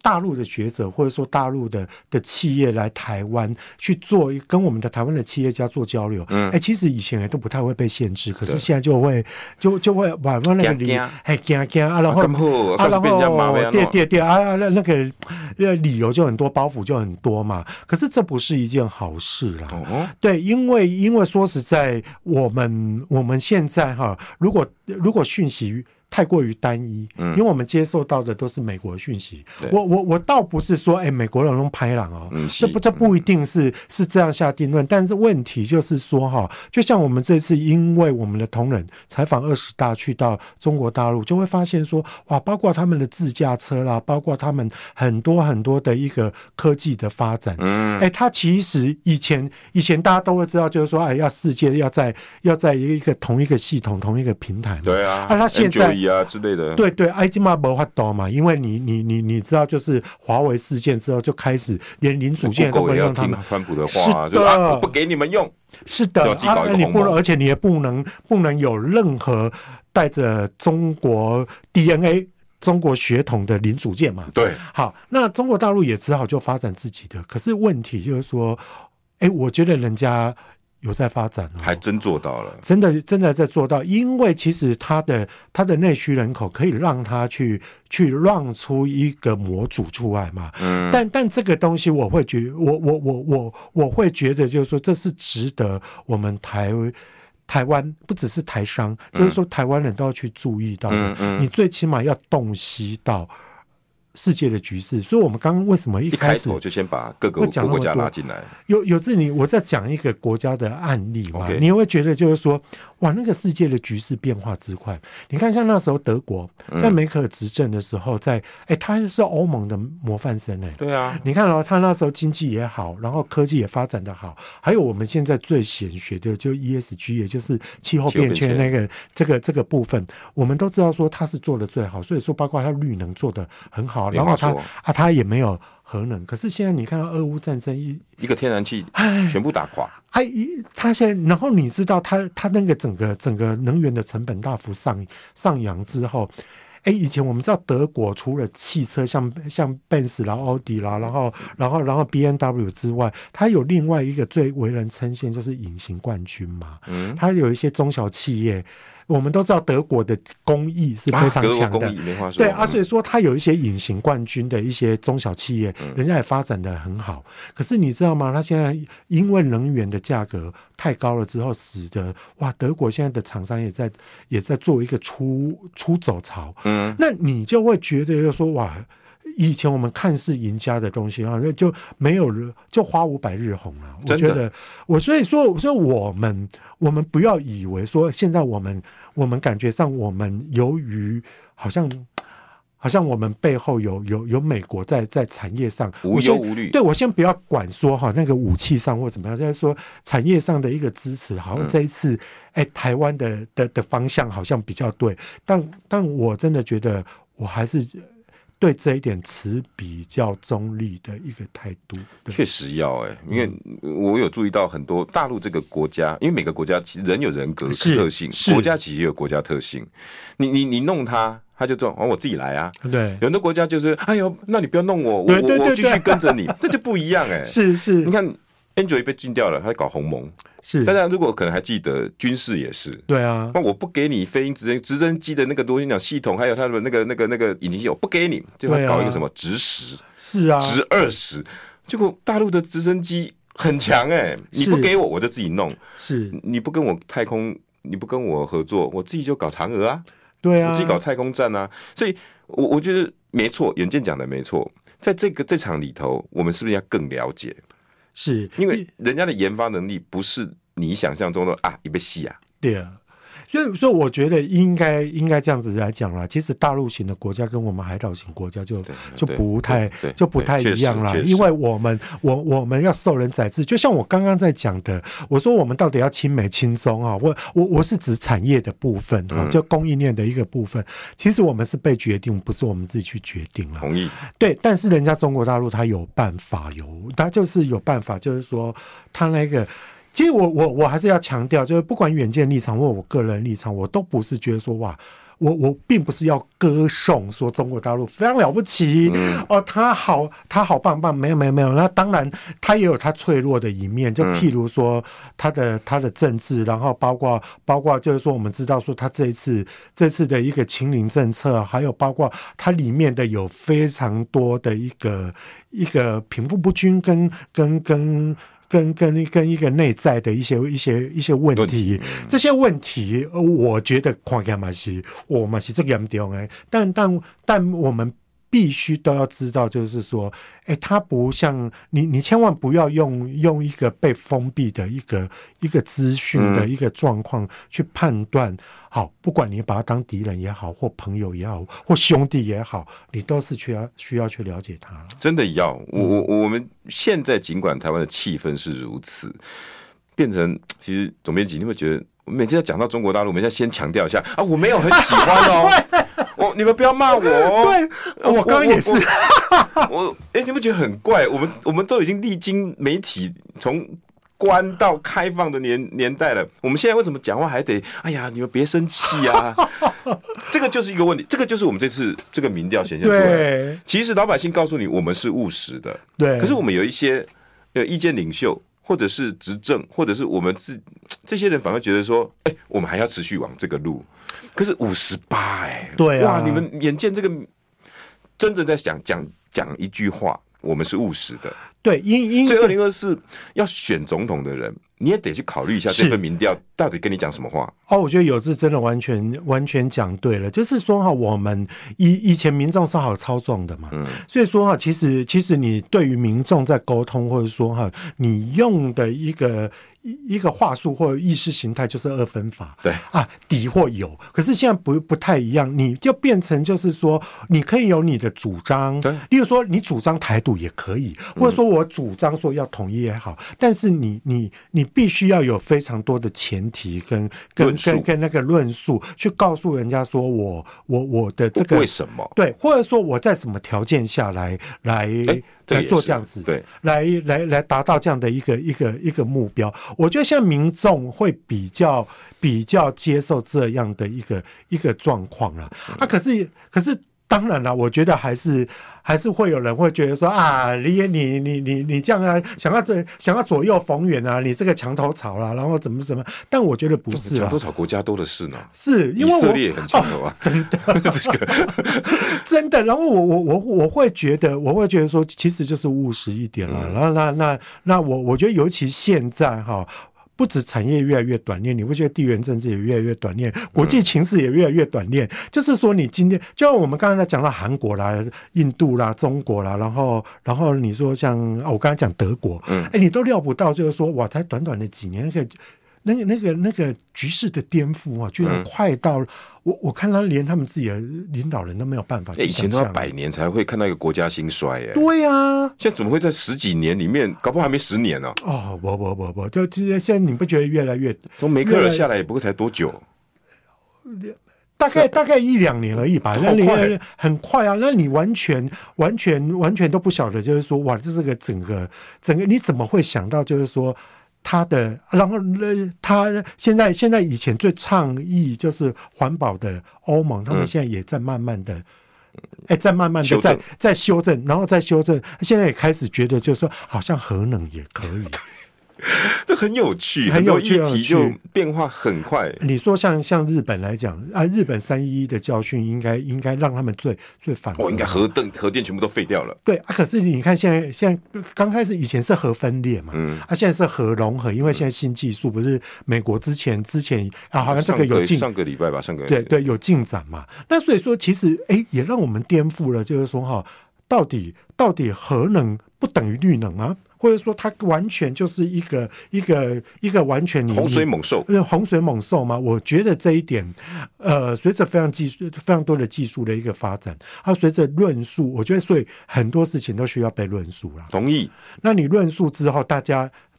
大陆的学者或者说大陆的的企业来台湾去做，跟我们的台湾的企业家做交流，嗯，哎、欸，其实以前也都不太会被限制，可是现在就会就就会往往那个理，哎，惊惊啊，然后啊，然后对对对啊，那那个那理由就很多，包袱就很多嘛。可是这不是一件好事啦，哦、对，因为因为说实在，我们我们现在哈，如果如果讯息太过于单一，嗯，因为我们接受到的都是美国讯息。我我我倒不是说，哎、欸，美国人弄拍狼哦，嗯、这不这不一定是、嗯、是这样下定论。但是问题就是说，哈，就像我们这次，因为我们的同仁采访二十大去到中国大陆，就会发现说，哇，包括他们的自驾车啦，包括他们很多很多的一个科技的发展，嗯，哎、欸，它其实以前以前大家都会知道，就是说，哎，要世界要在要在一个同一个系统、同一个平台嘛， 对啊， 啊，它现在。 啊之类的， 对对，埃及嘛没法度嘛，因为你你你你知道，就是华为事件之后就开始连零组件都不用他们。 川普的话，是的，啊、我不给你们用。 是的，啊，你不能，而且你也不能不能有任何带着中国 D N A、中国血统的零组件嘛。 对， 好，那中国大陆也只好就发展自己的，可是问题就是说，哎，我觉得人家。有在发展、哦， 还真做到了， 真的真的在做到，因为其实它的它的内需人口可以让它去去让出一个模组出来嘛，嗯，但但这个东西我会觉我我我我我会觉得就是说这是值得我们台台湾不只是台商，嗯、就是说台湾人都要去注意到的，嗯嗯、你最起码要洞悉到。世界的局势，所以我们刚刚为什么一开始一开头就先把各个国家拉进来？ 有有次你我在讲一个国家的案例嘛， okay. 你会觉得就是说，哇，那个世界的局势变化之快。你看，像那时候德国在梅克尔执政的时候，在哎、欸，他是欧盟的模范生哎、欸， 对啊， 你看哦，他那时候经济也好，然后科技也发展的好，还有我们现在最显学的就 E S G， 也就是气候变迁那个这个这个部分，我们都知道说他是做的最好，所以说包括他绿能做的很好。然后他啊，他也没有核能，可是现在你看到俄乌战争一一个天然气全部打垮， 哎，他现在，然后你知道他他那个整个整个能源的成本大幅上上扬之后，哎，以前我们知道德国除了汽车像像 Benz 啦、奥迪啦，然后然后然后 B M W 之外，它有另外一个最为人称羡就是隐形冠军嘛，嗯，它有一些中小企业。我们都知道德国的工艺是非常强的， 啊、 对啊，所以说它有一些隐形冠军的一些中小企业，嗯、人家也发展的很好。可是你知道吗？它现在因为能源的价格太高了之后，使得哇，德国现在的厂商也在也在做一个出出走潮。嗯，那你就会觉得说哇。以前我们看似赢家的东西啊，就没有就花无百日红了。我觉得，我所以说，所以我们我们不要以为说，现在我们我们感觉上，我们由于好像好像我们背后有有有美国在在产业上无忧无虑。 对，我先不要管说哈那个武器上或怎么样，现在说产业上的一个支持，好像这一次哎、嗯欸、台湾的的的方向好像比较对，但但我真的觉得我还是。对这一点持比较中立的一个态度， 确实要哎、欸，因为我有注意到很多大陆这个国家，因为每个国家其实人有人格特性，国家其实也有国家特性。你你你弄他，他就说哦我自己来啊。对，有很多国家就是哎呦，那你不要弄我，我我我继续跟着你，这就不一样哎、欸。 是是， 你看 Android 被禁掉了，他在搞鸿蒙。是，大家如果可能还记得军事也是， 对啊， 那我不给你飞鹰直升直升机的那个多星讲系统，还有它的那个那个那个引擎系统，我不给你，就要搞一个什么直十， 是啊， 直二十，结果大陆的直升机很强哎、欸，你不给我，我就自己弄， 是， 你不跟我太空，你不跟我合作，我自己就搞嫦娥啊， 对啊， 我自己搞太空站啊，所以我我觉得没错，远见讲的没错，在这个这场里头，我们是不是要更了解？ 是因为人家的研发能力不是你想象中的啊，一被戏啊， 对啊，所以所以我觉得应该应该这样子来讲啦。其实大陆型的国家跟我们海岛型国家就就不太就不太一样啦，因为我们我我们要受人宰制，就像我刚刚在讲的，我说我们到底要亲美亲中啊，我我我是指产业的部分哈，就供应链的一个部分，其实我们是被决定，不是我们自己去决定了。 同意。 对，但是人家中国大陆他有办法，有他就是有办法，就是说他那个。其实我我我还是要强调，就是不管远见立场或我个人立场，我都不是觉得说哇我我并不是要歌颂说中国大陆非常了不起、嗯、哦，他好他好棒棒，没有没有没有，那当然他也有他脆弱的一面，就譬如说他的他的政治，然后包括包括就是说我们知道说他这一次这次的一个清零政策，还有包括它里面的有非常多的一个一个贫富不均跟跟跟。跟跟跟一个内在的一些一些一些问题，这些问题，我觉得看起来嘛是，我嘛是这个严重哎，但但但我们必须都要知道，就是说，哎、欸，它不像你，你千万不要用用一个被封闭的一个一个资讯的一个状况去判断。嗯好，不管你把他当敌人也好，或朋友也好，或兄弟也好，你都是需要需要去了解他了。 真的要，我我我们现在尽管台湾的气氛是如此，变成其实总编辑你会觉得，每次要讲到中国大陆，我们现在先强调一下啊，我没有很喜欢哦，我你们不要骂我哦。 对，我刚刚也是， 我哎、欸，你们觉得很怪？我们我们都已经历经媒体从。关到开放的年年代了，我们现在为什么讲话还得？哎呀，你们别生气啊！这个就是一个问题，这个就是我们这次这个民调显现出来的。其实老百姓告诉你，我们是务实的， 对。 可是我们有一些呃意见领袖，或者是执政，或者是我们自这些人，反而觉得说，哎、欸，我们还要持续往这个路。可是五十八，哎， 对啊， 哇，你们眼见这个真正在讲讲讲一句话，我们是务实的。 对，因因所以二零二四要选总统的人，你也得去考虑一下这份民调到底跟你讲什么话。 哦，我觉得有志真的完全完全讲对了，就是说哈，我们以以前民众是好操纵的嘛，嗯，所以说哈，其实其实你对于民众在沟通，或者说哈，你用的一个。一个话术或者意识形态就是二分法， 对啊，敌或友。可是现在不不太一样，你就变成就是说，你可以有你的主张，例如说你主张台独也可以，或者说我主张说要统一也好，嗯、但是你你你必须要有非常多的前提跟跟跟跟那个论述，去告诉人家说我我我的这个为什么对，或者说我在什么条件下来来。欸来做这样子， 对， 来来来达到这样的一个一个一个目标。我觉得现在民众会比较比较接受这样的一个一个状况啦。啊，可是可是当然啦，我觉得还是还是会有人会觉得说啊，你你你你你这样啊，想要这想要左右逢源啊，你这个墙头草啦，然后怎么怎么？但我觉得不是啦， 墙头草国家多的是呢， 是因为我以色列很墙头啊， 哦、真的这个真的。然后我我我我会觉得，我会觉得说，其实就是务实一点了。嗯、那那那那我我觉得，尤其现在哈。不止产业越来越短链，你会觉得地缘政治也越来越短链，国际情势也越来越短链。嗯、就是说，你今天就像我们刚才在讲到韩国啦、印度啦、中国啦，然后然后你说像啊，我刚才讲德国，嗯，哎、欸，你都料不到，就是说哇，才短短的几年，那个那个那个那个局势的颠覆啊，居然快到、嗯、我我看他连他们自己的领导人都没有办法。 以前都要百年才会看到一个国家兴衰，哎， 对呀、啊， 现在怎么会在十几年里面，搞不好还没十年呢、 啊？哦，不不不不，就现在你不觉得越来越从梅克尔下来也不过才多久？ 大概大概一两年而已吧，那你很快啊，那你完全完全完全都不晓得，就是说哇，这是个整个整个，你怎么会想到就是说？他的，然后他现在现在以前最倡议就是环保的欧盟，他们现在也在慢慢的，哎、嗯，在慢慢的在在修正，然后再修正，现在也开始觉得就是说，好像核能也可以。 这很有趣， 很有趣， 议题就变化很快。 你说像像日本来讲啊，日本三一一的教训应该应该让他们最最反。 哦，应该核电核电全部都废掉了。 对啊，可是你看现在现在刚开始以前是核分裂嘛，嗯，啊现在是核融合，因为现在新技术不是美国之前之前啊好像这个有进上个礼拜吧，上个对对有进展嘛。那所以说其实哎、欸、也让我们颠覆了，就是说哈，到底到底核能不等于绿能啊？或者说它完全就是一个一个一个完全洪水猛兽， 洪水猛兽吗？我觉得这一点，呃，随着非常技术非常多的技术的一个发展，它随着论述，我觉得所以很多事情都需要被论述了。 同意。 那你论述之后，大家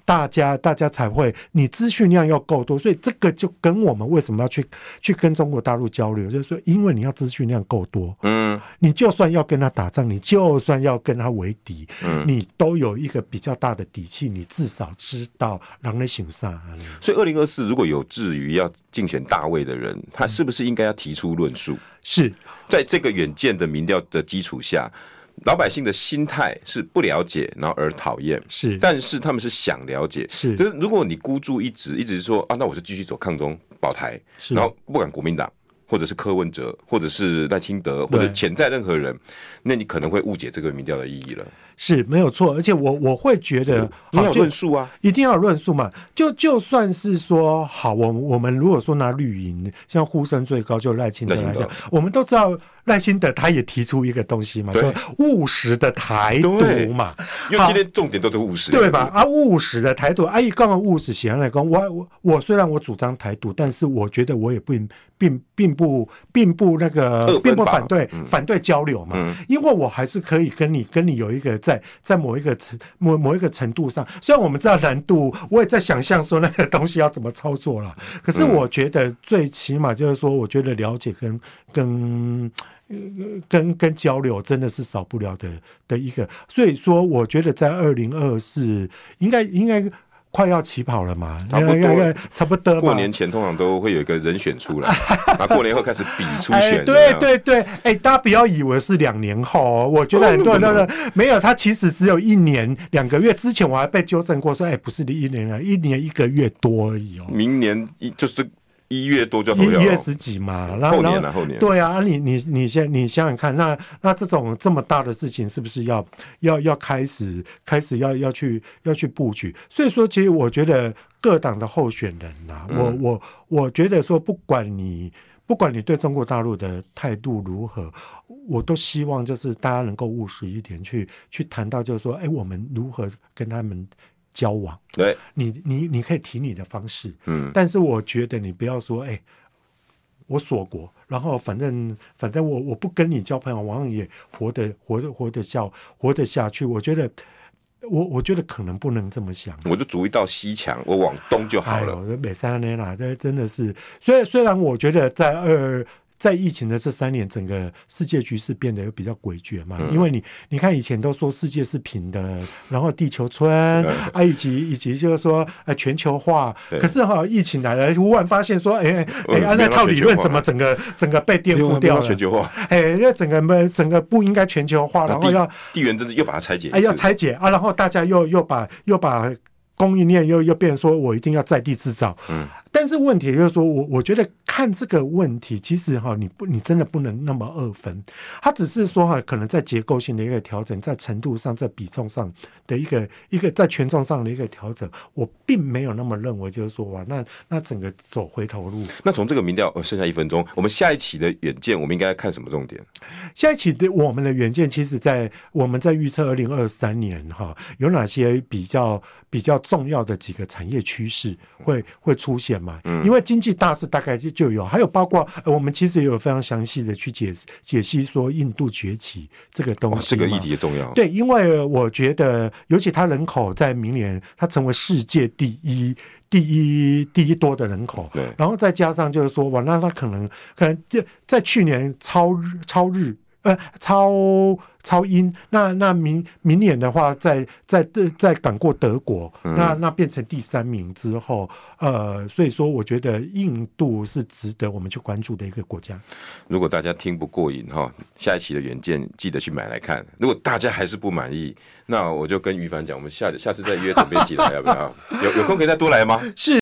大家大家才会，你资讯量要够多，所以这个就跟我们为什么要去去跟中国大陆交流，就是说，因为你要资讯量够多，嗯，你就算要跟他打仗，你就算要跟他为敌，嗯，你都有一个比较大的底气，你至少知道人在想啥。 所以二零二四如果有志于要竞选大位的人，他是不是应该要提出论述？ 是在这个远见的民调的基础下。老百姓的心态是不了解，然后而讨厌， 是， 但是他们是想了解， 是。 就是如果你孤注一掷，一直说啊，那我就继续走抗中保台，然后不管国民党，或者是柯文哲，或者是赖清德，或者潜在任何人，那你可能会误解这个民调的意义了。 是没有错，而且我我会觉得， 你要有论述啊， 一定要有论述嘛。就就算是说好，我们我们如果说拿绿营，像呼声最高就赖清德来讲，我们都知道赖清德他也提出一个东西嘛，就务实的台独嘛。 因为今天重点都是务实， 对吧？啊，务实的台独，啊，一刚刚务实显然来讲，我我我虽然我主张台独，但是我觉得我也不并并不并不那个并不反对、嗯、反对交流嘛、嗯，因为我还是可以跟你跟你有一个在在某一个某某一个程度上，虽然我们知道难度，我也在想象说那个东西要怎么操作啦。可是我觉得最起码就是说，我觉得了解跟跟。跟跟交流真的是少不了的的一个，所以说我觉得在二零二四应该应该快要起跑了嘛， 差不多差不多。 过年前通常都会有一个人选出来，然后过年后开始比初选。 哎，对对对，哎，大家不要以为是两年后、哦，我觉得很多人都没有，他其实只有一年两个月。之前我还被纠正过说，哎，不是一年了，一年一个月多而已哦。 明年就是。一月多就投票， 一月十几嘛，然后后年了、啊，后年对啊，你你你先你想想看，那那这种这么大的事情，是不是要要要开始开始要要去要去布局？所以说，其实我觉得各党的候选人呐、啊嗯，我我我觉得说，不管你不管你对中国大陆的态度如何，我都希望就是大家能够务实一点，去去谈到就是说，哎，我们如何跟他们。交往， 对， 你你你可以提你的方式，嗯，但是我觉得你不要说，哎、欸，我锁国，然后反正反正我我不跟你交朋友，我好像也活得活得活得下活得下去。我觉得，我我觉得可能不能这么想。 我就筑一道西墙，我往东就好了。 哎呦，每三年啦，这真的是，虽然虽然我觉得在二。在疫情的这三年，整个世界局势变得比较诡谲嘛、嗯。因为你你看以前都说世界是平的，然后地球村啊，以及以及就是说呃全球化。可是哈、哦，疫情来了，忽然发现说，哎哎，按那套理论怎么整个整个被颠覆掉了？ 全球化， 哎，因为整个整个不应该全球化，然后要地缘政治又把它拆解， 哎，要拆解啊，然后大家又又把又把。供应链又又变成说我一定要在地制造，嗯，但是问题就是说我我觉得看这个问题，其实哈你不你真的不能那么二分，它只是说哈可能在结构性的一个调整，在程度上，在比重上的一个一个在权重上的一个调整，我并没有那么认为就是说哇那那整个走回头路。 那从这个民调、呃、剩下一分钟，我们下一期的远见，我们应该看什么重点？ 下一期的我们的远见，其实在我们在预测二零二三年哈有哪些比较比较重要的几个产业趋势会会出现嘛、嗯？因为经济大势大概就就有，还有包括、呃、我们其实也有非常详细的去解解析说印度崛起这个东西、哦， 这个议题也重要。 对，因为我觉得，尤其它人口在明年它成为世界第一第一第一多的人口， 对， 然后再加上就是说，哇，那它可能可能在去年超日超日。呃，超超英，那那明明年的话在，在在在赶过德国，嗯、那那变成第三名之后，呃，所以说我觉得印度是值得我们去关注的一个国家。 如果大家听不过瘾哈，下一期的远见记得去买来看。如果大家还是不满意，那我就跟于凡讲，我们下下次再约总编辑来，要不要？有有空可以再多来吗？ 是。